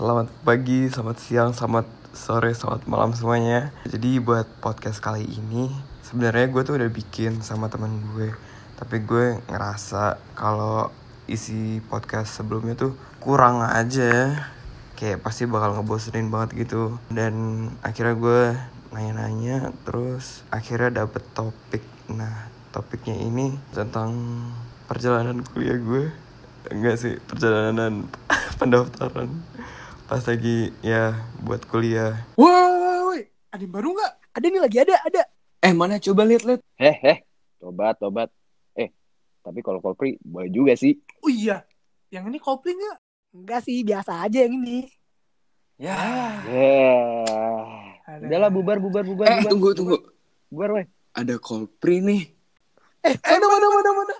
Selamat pagi, selamat siang, selamat sore, selamat malam semuanya. Jadi buat podcast kali ini sebenarnya gue tuh udah bikin sama temen gue, tapi gue ngerasa kalau isi podcast sebelumnya tuh kurang aja, kayak pasti bakal ngebosenin banget gitu. Dan akhirnya gue nanya-nanya, terus akhirnya dapet topik. Nah, topiknya ini tentang perjalanan kuliah gue. Enggak sih, perjalanan pendaftaran pas lagi ya buat kuliah. Woi, ada yang baru nggak? Ada nih lagi ada. Mana coba lihat. Tobat. Tapi kalau Coldplay boleh juga sih. Oh iya, yang ini kopling nggak? Enggak sih, biasa aja yang ini. Ya. Udahlah bubar. Tunggu. Bubar, weh. Ada Coldplay nih. Mana?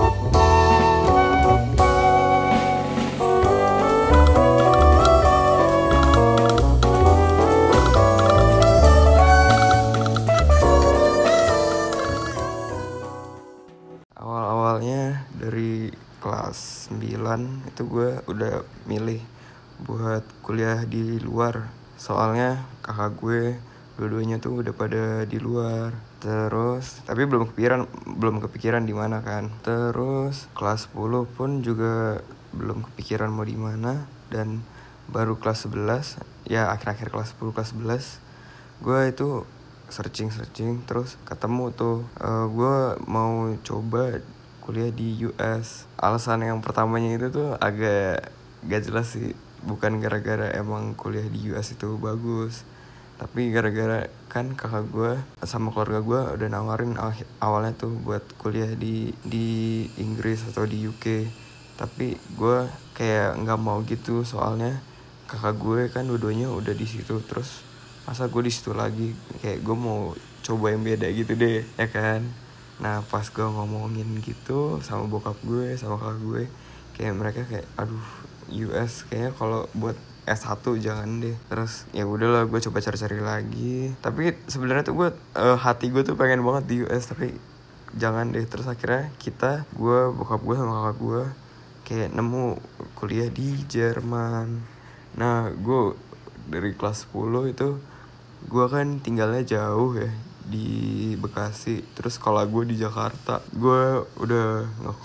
Awal-awalnya dari kelas 9 itu gue udah milih buat kuliah di luar. Soalnya kakak gue dua-duanya tuh udah pada di luar. Terus tapi belum kepikiran di mana kan. Terus kelas 10 pun juga belum kepikiran mau di mana, dan baru kelas 11, ya akhir-akhir kelas 10 kelas 11 gue itu searching terus ketemu tuh gue mau coba kuliah di US. Alasan yang pertamanya itu tuh agak gak jelas sih, bukan gara-gara emang kuliah di US itu bagus, tapi gara-gara kan kakak gue sama keluarga gue udah nawarin awalnya tuh buat kuliah di Inggris atau di UK. Tapi gue kayak nggak mau gitu, soalnya kakak gue kan dua-duanya udah di situ, terus masa gue di situ lagi, kayak gue mau coba yang beda gitu deh, ya kan. Nah pas gue ngomongin gitu sama bokap gue sama kakak gue, kayak mereka kayak aduh US kayaknya kalau buat S1 jangan deh. Terus ya udahlah, gue coba cari-cari lagi. Tapi sebenarnya tuh gue hati gue tuh pengen banget di US, tapi jangan deh. Terus akhirnya gue bokap gue sama kakak gue kayak nemu kuliah di Jerman. Nah gue dari kelas 10 itu gue kan tinggalnya jauh ya di Bekasi, terus sekolah gue di Jakarta. Gue udah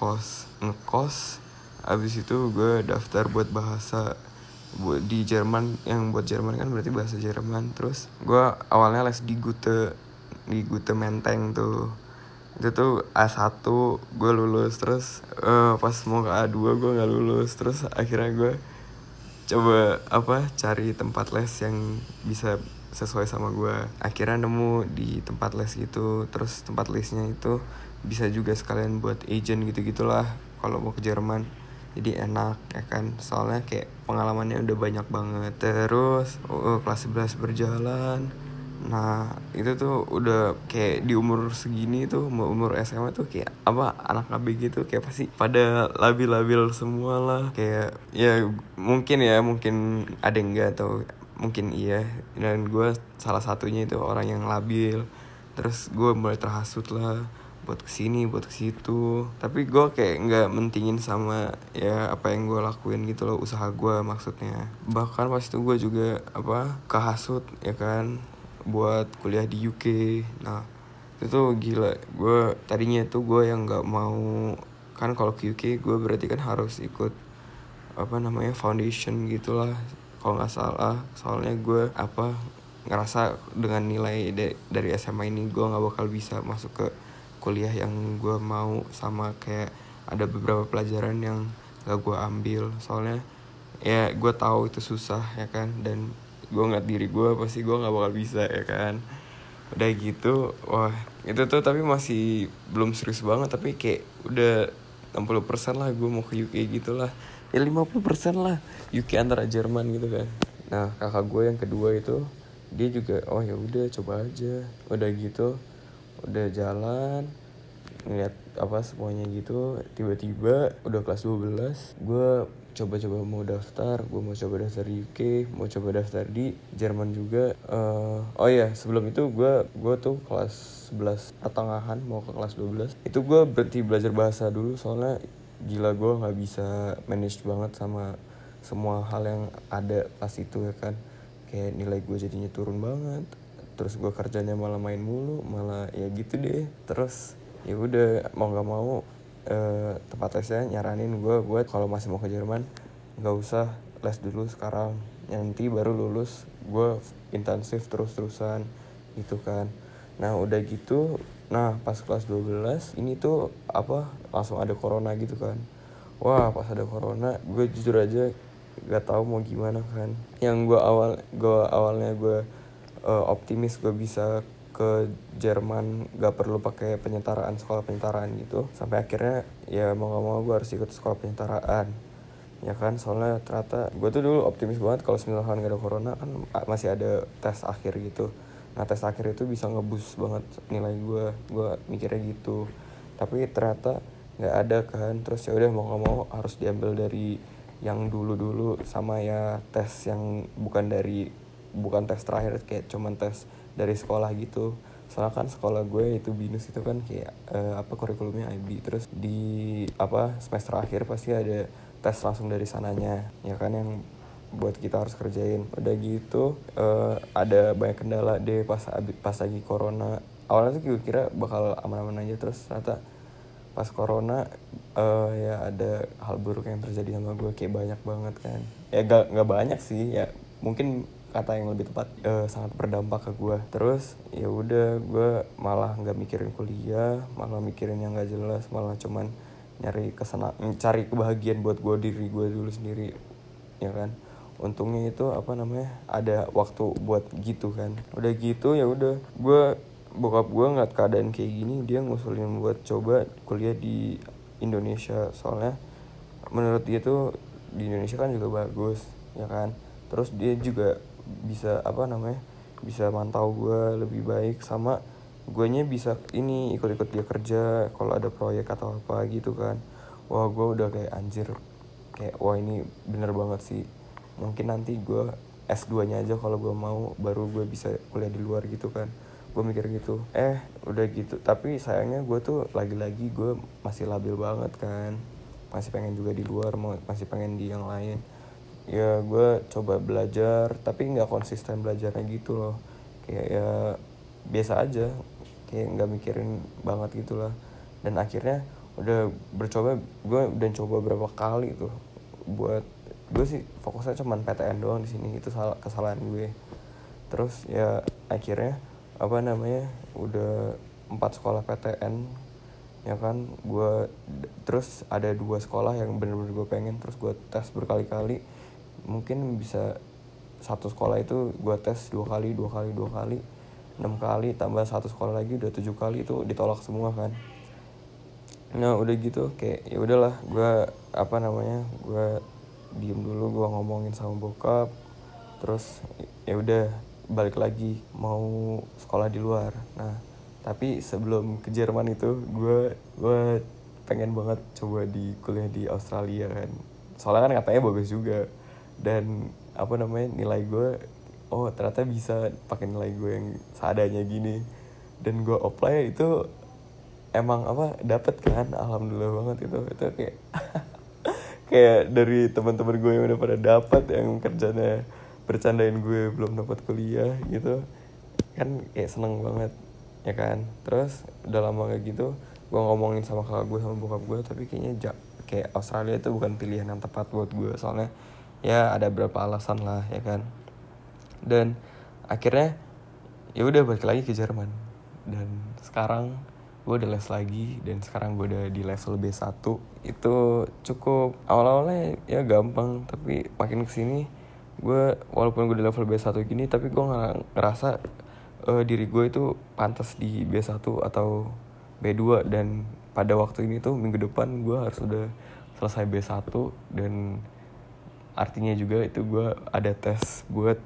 ngekos abis itu gue daftar buat bahasa buat di Jerman. Yang buat Jerman kan berarti bahasa Jerman. Terus gue awalnya les di Gute Menteng tuh. Itu tuh A1 gue lulus. Terus pas mau ke A2 gue gak lulus. Terus akhirnya gue coba cari tempat les yang bisa sesuai sama gue. Akhirnya nemu di tempat les gitu. Terus tempat lesnya itu bisa juga sekalian buat agent gitu-gitulah kalau mau ke Jerman. Jadi enak ya kan, soalnya kayak pengalamannya udah banyak banget. Terus kelas 11 berjalan. Nah itu tuh udah kayak di umur segini tuh, umur SMA tuh kayak anak AB gitu, kayak pasti pada labil semua lah. Kayak ya mungkin ada yang enggak, atau mungkin iya, dan gue salah satunya itu orang yang labil. Terus gue mulai terhasut lah buat kesini buat kesitu, tapi gue kayak nggak mentingin sama ya apa yang gue lakuin gitu loh, usaha gue maksudnya. Bahkan pas itu gue juga kehasut ya kan buat kuliah di UK. Nah itu tuh gila, gue tadinya tuh gue yang nggak mau kan, kalau ke UK gue berarti kan harus ikut foundation gitulah kalau nggak salah. Soalnya gue ngerasa dengan nilai dari SMA ini gue nggak bakal bisa masuk ke kuliah yang gue mau, sama kayak ada beberapa pelajaran yang gak gue ambil. Soalnya ya gue tahu itu susah ya kan, dan gue ngeliat diri gue pasti gue nggak bakal bisa ya kan. Udah gitu, wah itu tuh tapi masih belum serius banget, tapi kayak udah 60% lah gue mau ke UK gitu lah, ya 50% lah UK antara Jerman gitu kan. Nah kakak gue yang kedua itu dia juga ya udah coba aja. Udah gitu udah jalan ngeliat semuanya gitu, tiba-tiba udah kelas 12 gue coba-coba mau daftar. Gue mau coba daftar di UK, mau coba daftar di Jerman juga. Sebelum itu gue tuh kelas 11 pertengahan mau ke kelas 12 itu gue berhenti belajar bahasa dulu, soalnya gila gue nggak bisa manage banget sama semua hal yang ada pas itu ya kan. Kayak nilai gue jadinya turun banget, terus gue kerjanya malah main mulu, malah ya gitu deh. Terus ya udah mau nggak mau tempat lesnya nyaranin gue buat kalau masih mau ke Jerman nggak usah les dulu sekarang, nanti baru lulus gue intensif terus-terusan gitu kan. Nah udah gitu, nah pas kelas 12 ini tuh langsung ada corona gitu kan. Wah pas ada corona gue jujur aja gak tahu mau gimana kan. Yang gue awalnya gue optimis gue bisa ke Jerman gak perlu pakai penyetaraan, sekolah penyetaraan gitu. Sampai akhirnya ya mau gak mau gue harus ikut sekolah penyetaraan ya kan. Soalnya ternyata gue tuh dulu optimis banget kalau misalkan gak ada corona kan masih ada tes akhir gitu. Nah tes akhir itu bisa ngeboost banget nilai gue mikirnya gitu. Tapi ternyata nggak ada kan. Terus ya udah mau nggak mau harus diambil dari yang dulu sama ya tes yang bukan tes terakhir, kayak cuman tes dari sekolah gitu. Soalnya kan sekolah gue itu BINUS itu kan kayak kurikulumnya IB. Terus di semester akhir pasti ada tes langsung dari sananya ya kan, yang buat kita harus kerjain. Udah gitu ada banyak kendala deh pas lagi corona. Awalnya tuh gue kira bakal aman-aman aja, terus ternyata pas corona ya ada hal buruk yang terjadi sama gue, kayak banyak banget kan. Ya gak banyak sih ya, mungkin kata yang lebih tepat sangat berdampak ke gue. Terus ya udah gue malah nggak mikirin kuliah, malah mikirin yang nggak jelas, malah cuman cari kebahagiaan buat diri gue dulu sendiri ya kan. Untungnya itu ada waktu buat gitu kan. Udah gitu ya udah bokap gue ngeliat keadaan kayak gini, dia ngusulin buat coba kuliah di Indonesia. Soalnya menurut dia tuh di Indonesia kan juga bagus ya kan. Terus dia juga bisa bisa mantau gue lebih baik, sama guanya bisa ikut-ikut dia kerja kalau ada proyek atau apa gitu kan. Wah gue udah kayak anjir, kayak wah ini bener banget sih. Mungkin nanti gue S2 nya aja kalau gue mau, baru gue bisa kuliah di luar gitu kan. Gue mikir gitu. Udah gitu, tapi sayangnya gue tuh lagi-lagi gue masih labil banget kan. Masih pengen juga di luar, masih pengen di yang lain. Ya gue coba belajar, tapi gak konsisten belajarnya gitu loh. Kayak ya biasa aja, kayak gak mikirin banget gitu lah. Dan akhirnya gue udah coba berapa kali tuh buat, gue sih fokusnya cuman PTN doang di sini, itu kesalahan gue. Terus ya akhirnya udah 4 sekolah PTN ya kan. Terus ada 2 sekolah yang bener-bener gue pengen, terus gue tes berkali-kali. Mungkin bisa satu sekolah itu gue tes 2 kali 6 kali, tambah satu sekolah lagi udah 7 kali, itu ditolak semua kan. Nah udah gitu kayak ya udahlah, gue gue diem dulu, gue ngomongin sama bokap. Terus ya udah balik lagi mau sekolah di luar. Nah tapi sebelum ke Jerman itu gue pengen banget coba kuliah di Australia kan. Soalnya kan katanya bagus juga, dan nilai gue ternyata bisa pakai nilai gue yang seadanya gini. Dan gue apply itu emang dapet kan, alhamdulillah banget. Itu kayak kayak dari teman-teman gue yang udah pada dapat, yang kerjanya bercandain gue belum dapat kuliah gitu kan, kayak seneng banget ya kan. Terus udah lama kayak gitu gue ngomongin sama kakak gue sama bokap gue, tapi kayaknya kayak Australia itu bukan pilihan yang tepat buat gue. Soalnya ya ada beberapa alasan lah ya kan. Dan akhirnya ya udah balik lagi ke Jerman, dan sekarang gue udah les lagi, dan sekarang gue udah di level B1. Itu cukup awal-awalnya ya gampang, tapi makin kesini gue walaupun gue di level B1 gini, tapi gue ngerasa diri gue itu pantas di B1 atau B2. Dan pada waktu ini tuh minggu depan gue harus udah selesai B1, dan artinya juga itu gue ada tes buat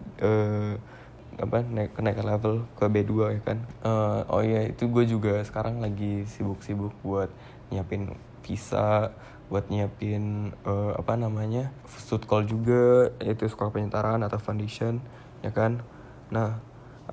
kenaikan level ke B2 ya kan. Oh iya, itu gue juga sekarang lagi sibuk-sibuk buat nyiapin visa, buat nyiapin food call juga, yaitu sekolah penyetaraan atau foundation ya kan. Nah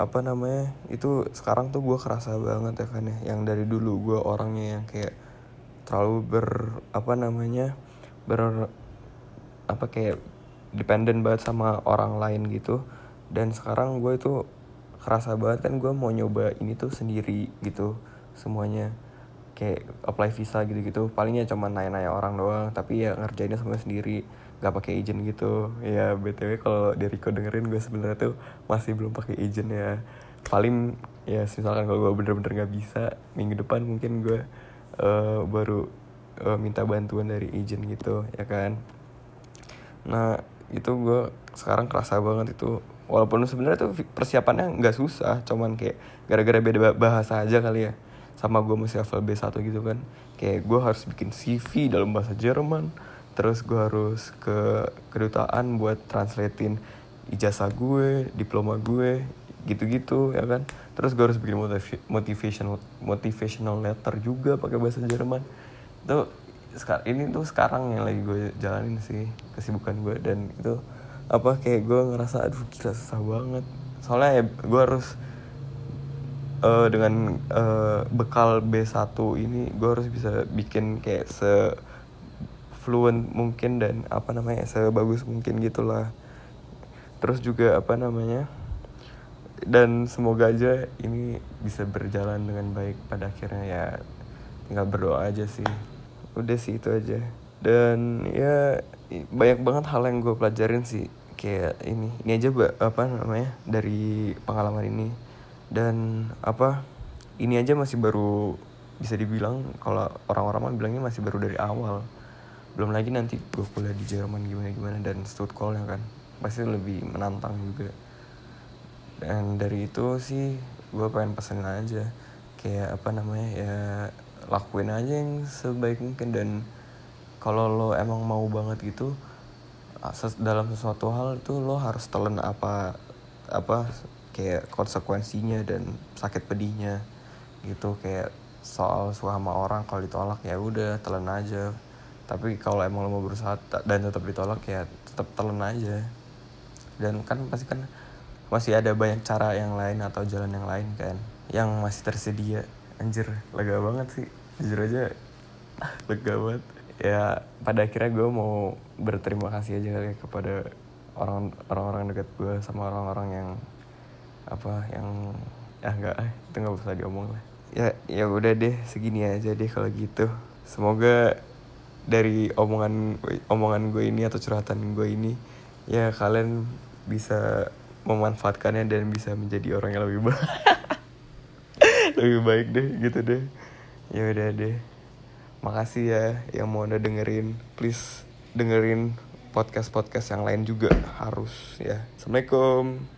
itu sekarang tuh gue kerasa banget ya kan ya, yang dari dulu gue orangnya yang kayak terlalu kayak dependent banget sama orang lain gitu. Dan sekarang gue itu kerasa banget kan gue mau nyoba ini tuh sendiri gitu semuanya, kayak apply visa gitu-gitu palingnya cuma nanya-nanya orang doang, tapi ya ngerjainnya semua sendiri, nggak pakai izin gitu ya. BTW kalau Deriko dengerin, gue sebenarnya tuh masih belum pakai izin ya. Paling ya misalkan kalau gue bener-bener nggak bisa, minggu depan mungkin gue baru minta bantuan dari agent gitu ya kan. Nah itu gue sekarang kerasa banget itu, walaupun sebenarnya tuh persiapannya nggak susah, cuman kayak gara-gara beda bahasa aja kali ya, sama gue masih hafal B1 gitu kan. Kayak gue harus bikin CV dalam bahasa Jerman, terus gue harus ke kedutaan buat translatein ijazah gue, diploma gue, gitu-gitu ya kan. Terus gue harus bikin motivational letter juga pakai bahasa Jerman. Itu ini tuh sekarang yang lagi gue jalanin sih kesibukan gue, dan itu apa kayak gue ngerasa aduh gila susah banget. Soalnya ya gue harus dengan bekal B1 ini gue harus bisa bikin kayak fluent mungkin dan sebagus mungkin gitulah. Terus juga dan semoga aja ini bisa berjalan dengan baik pada akhirnya ya. Tinggal berdoa aja sih. Udah sih itu aja. Dan ya banyak banget hal yang gue pelajarin sih. Kayak ini aja dari pengalaman ini. Dan ini aja masih baru, bisa dibilang kalau orang-orang mah bilangnya masih baru dari awal. Belum lagi nanti gue kuliah di Jerman gimana dan Stuttgart kan pasti lebih menantang juga. Dan dari itu sih gue pengen pesenin aja kayak ya lakuin aja yang sebaik mungkin. Dan kalau lo emang mau banget gitu dalam sesuatu hal itu lo harus telan apa kayak konsekuensinya dan sakit pedihnya gitu. Kayak soal sama orang kalau ditolak ya udah telan aja, tapi kalau emang lo mau berusaha dan tetap ditolak ya tetap telan aja. Dan kan pasti kan masih ada banyak cara yang lain atau jalan yang lain kan yang masih tersedia. Anjir lega banget sih jujur aja. Lega banget ya. Pada akhirnya gue mau berterima kasih aja kali kepada orang-orang dekat gue sama orang-orang yang itu nggak usah diomong lah ya udah deh segini aja deh kalau gitu. Semoga dari omongan gue ini atau curhatan gue ini ya kalian bisa memanfaatkannya dan bisa menjadi orang yang lebih baik. Lebih baik deh gitu deh. Ya udah deh. Makasih ya yang mau udah dengerin. Please dengerin podcast yang lain juga harus ya. Assalamualaikum.